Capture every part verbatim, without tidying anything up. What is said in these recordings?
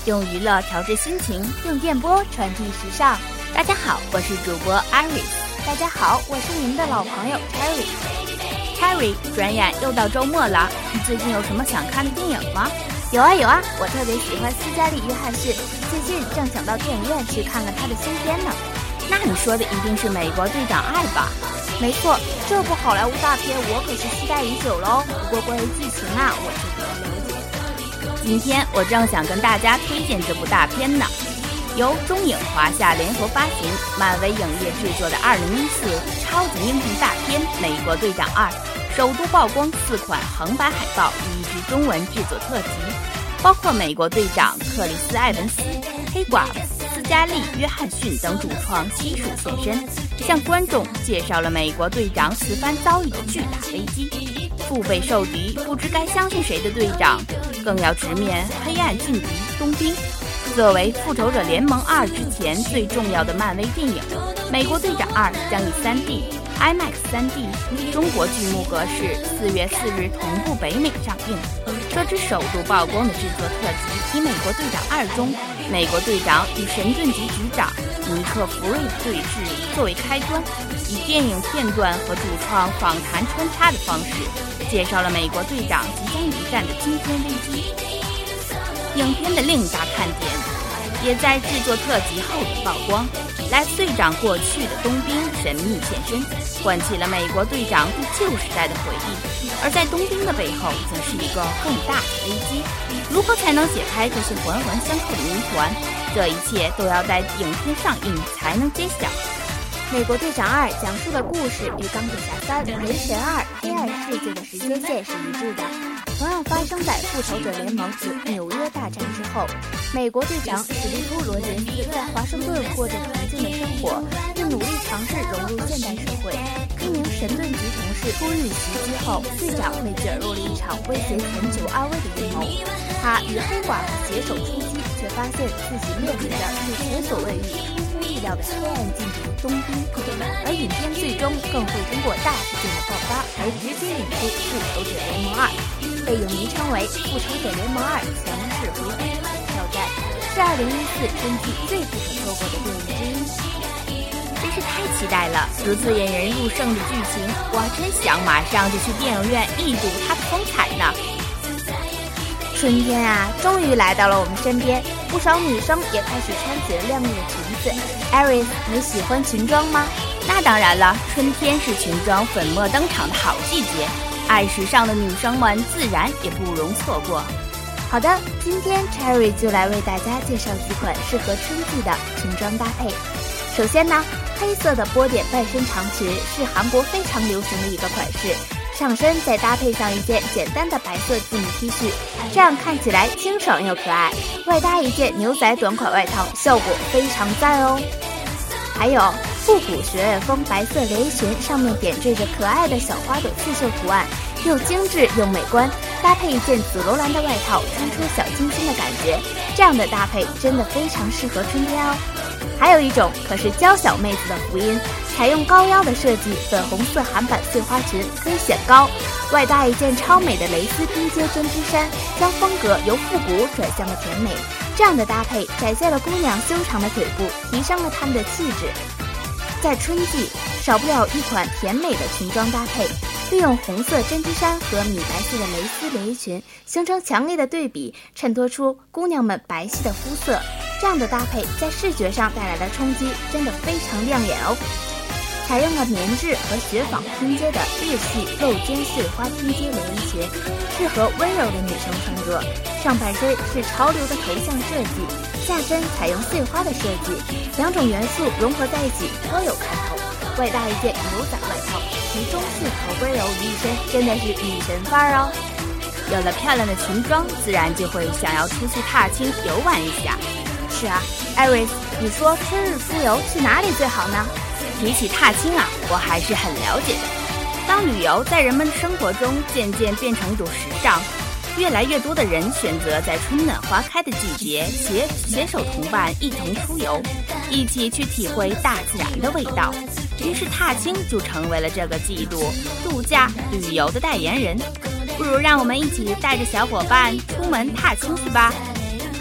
用娱乐调制心情， 用电波传递时尚。 大家好，我是主播 Iris。 大家好，我是您的老朋友 Cherry。Cherry， 转眼又到周末了，你最近有什么想看的电影吗？ 有啊有啊，我特别喜欢斯嘉丽·约翰逊，最近正想到电影院去看看她的新片呢。 那你说的一定是《美国队长二》吧？ 没错，这部好莱坞大片我可是期待已久喽。不过关于剧情啊，我是不太了解。 今天我正想跟大家推荐这部大片呢，由中影华夏联合发行，漫威影业制作的二零一四超级英雄大片《美国队长二》，首度曝光四款横版海报与一支中文制作特辑，包括美国队长克里斯·埃文斯、黑寡妇斯嘉丽·约翰逊等主创悉数现身，向观众介绍了美国队长此番遭遇的巨大危机。腹背受敌，不知该相信谁的队长，更要直面黑暗劲敌冬兵。作为复仇者联盟二之前最重要的漫威电影，美国队长二将以 三 D IMAX 三 D 中国剧目格式四月四日同步北美上映。这支首度曝光的制作特辑以美国队长二中美国队长与神盾局局长尼克弗瑞的对峙作为开端，以电影片段和主创访谈穿插的方式，介绍了美国队长即将一战的惊天危机。影片的另一大看点也在制作特辑后的曝光，来自队长过去的冬兵神秘现身，唤起了美国队长对旧时代的回忆。而在冬兵的背后，则是一个更大的危机。如何才能解开这些环环相扣的谜团？这一切都要在影片上映才能揭晓。 美国队长二讲述的故事与钢铁侠三、雷神二、黑暗世界的时间线是一致的，同样发生在复仇者联盟与纽约大战之后。美国队长史蒂夫·罗杰斯在华盛顿过着平静的生活，并努力尝试融入现代社会。一名神盾局同事出狱袭击后，队长被卷入了一场威胁全球安危的阴谋。他与黑寡妇携手出击，却发现自己面临的是前所未遇、出乎意料的黑暗劲敌冬兵。而影片最终更会通过大事件的爆发而直接引出复仇者联盟二，被影迷称为复仇者联盟二强势回归挑战，是二零一四春季最不可错过的电影之一。 真是太期待了！如此引人入胜的剧情，我真想马上就去电影院一睹它的风采呢。 春天啊，终于来到了我们身边，不少女生也开始穿起了亮丽的裙子。Iris， 你喜欢裙装吗？ 那当然了，春天是裙装粉墨登场的好季节，爱时尚的女生们自然也不容错过。 好的，今天 Cherry 就来为大家介绍几款适合春季的裙装搭配。首先呢，黑色的波点半身长裙是韩国非常流行的一个款式，上身再搭配上一件简单的白色字母 T 恤，这样看起来清爽又可爱，外搭一件牛仔短款外套，效果非常赞哦。还有复古学院风白色连衣裙，上面点缀着可爱的小花朵刺绣图案，又精致又美观，搭配一件紫罗兰的外套，穿出小清新的感觉，这样的搭配真的非常适合春天哦。还有一种可是娇小妹子的福音，采用高腰的设计，粉红色韩版碎花裙可以显高，外搭一件超美的蕾丝拼接针织衫，将风格由复古转向了甜美。这样的搭配展现了姑娘修长的腿部，提升了她们的气质。在春季，少不了一款甜美的裙装搭配，利用红色针织衫和米白色的蕾丝连衣裙形成强烈的对比，衬托出姑娘们白皙的肤色。这样的搭配在视觉上带来的冲击真的非常亮眼哦。采用了棉质和雪纺拼接的日系露肩碎花拼接连衣裙，适合温柔的女生穿着。上半身是潮流的头像设计，下身采用碎花的设计，两种元素融合在一起颇有看头。外搭一件牛仔外套，集中性和温柔于一身，真的是女神范儿哦。 有了漂亮的裙装，自然就会想要出去踏青游玩一下。 是啊 Iris， 你说春日出游去哪里最好呢？ 比起踏青啊，我还是很了解的。当旅游在人们生活中渐渐变成一种时尚，越来越多的人选择在春暖花开的季节携携手同伴一同出游，一起去体会大自然的味道。于是踏青就成为了这个季度度假旅游的代言人。不如让我们一起带着小伙伴出门踏青去吧。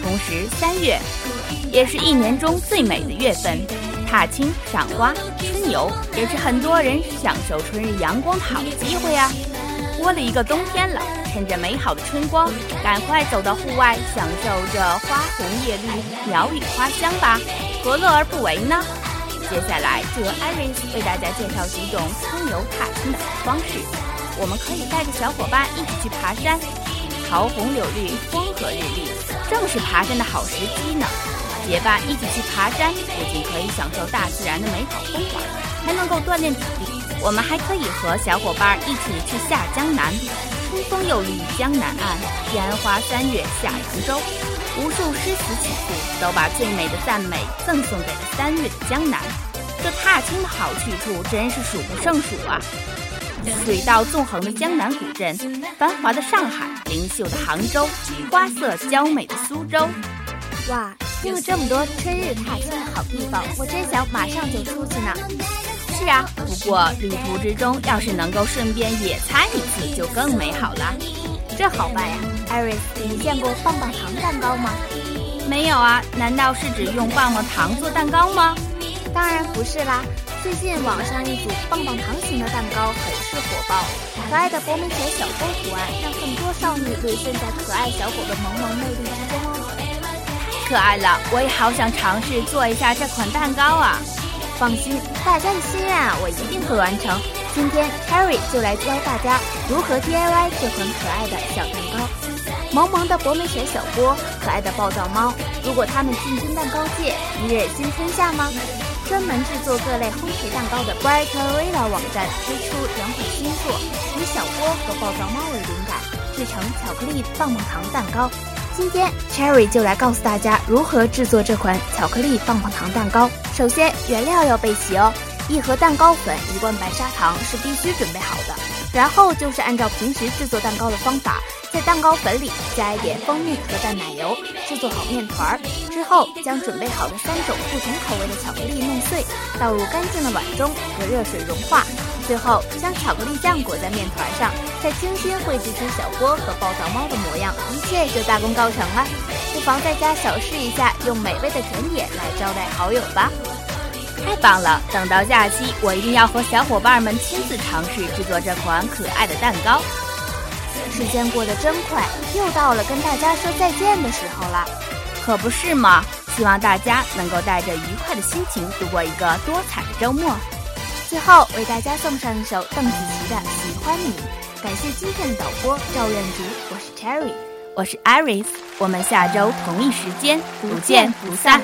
同时三月也是一年中最美的月份，踏青赏花春游也是很多人享受春日阳光的好机会啊。过了一个冬天了，趁着美好的春光，赶快走到户外，享受着花红叶绿鸟语花香吧，何乐而不为呢？接下来就由 Iris 为大家介绍几种春游踏青的方式。我们可以带着小伙伴一起去爬山，桃红柳绿，风和日丽，正是爬山的好时机呢。结伴一起去爬山，不仅可以享受大自然的美好风华，还能够锻炼体力。我们还可以和小伙伴一起去下江南，春风又绿江南岸，烟花三月下扬州。无数诗词曲赋都把最美的赞美赠送给了三月的江南。这踏青的好去处真是数不胜数啊！水道纵横的江南古镇，繁华的上海，灵秀的杭州，花色娇美的苏州。 哇，听了这么多春日踏青的好地方，我真想马上就出去呢。 是啊，不过旅途之中要是能够顺便野餐一次就更美好了。 这好办呀。 Iris， 你见过棒棒糖蛋糕吗？ 没有啊，难道是指用棒棒糖做蛋糕吗？ 当然不是啦，最近网上一组棒棒糖型的蛋糕很是火爆，可爱的博美雪小波图案让更多少女沦陷在可爱小伙的萌萌魅力之中哦。 可爱了，我也好想尝试做一下这款蛋糕啊！ 放心，大家的心愿啊，我一定会完成。今天 Cherry 就来教大家如何 D I Y 这款可爱的小蛋糕。萌萌的博美雪小波，可爱的暴躁猫，如果他们进军蛋糕界，你忍心吞下吗？专门制作各类烘焙蛋糕的 Brighterella 网站推出两款新作，以小波和暴躁猫为灵感，制成巧克力棒棒糖蛋糕。今天 Cherry 就来告诉大家如何制作这款巧克力棒棒糖蛋糕。首先原料要备齐哦，一盒蛋糕粉，一罐白砂糖是必须准备好的。然后就是按照平时制作蛋糕的方法，在蛋糕粉里加一点蜂蜜和淡奶油，制作好面团。之后将准备好的三种不同口味的巧克力弄碎，倒入干净的碗中，隔热水融化。最后将巧克力酱裹在面团上，再精心绘制出小波和暴躁猫的模样，一切就大功告成了。不妨在家小试一下，用美味的甜点来招待好友吧。 太棒了！等到假期，我一定要和小伙伴们亲自尝试制作这款可爱的蛋糕。 时间过得真快，又到了跟大家说再见的时候了。 可不是吗？希望大家能够带着愉快的心情度过一个多彩的周末。 最后为大家送上一首邓紫棋的《喜欢你》，感谢今天的导播赵愿竹，我是 Cherry， 我是 Iris， 我们下周同一时间不见不散。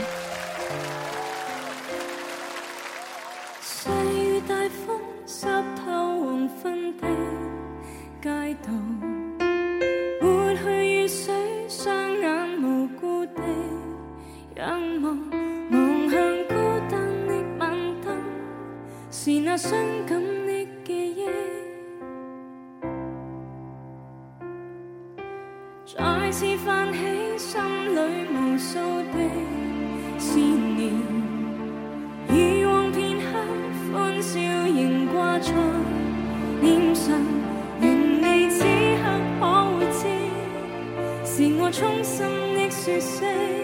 細雨大風濕透黃昏的街道，抹去雨水，雙眼無辜地仰望，望向孤單的晚燈，是那傷感的記憶，再次泛起心裏無數的思念。以往片刻歡笑仍掛在臉上，願你此刻可會知，是我衷心的說聲。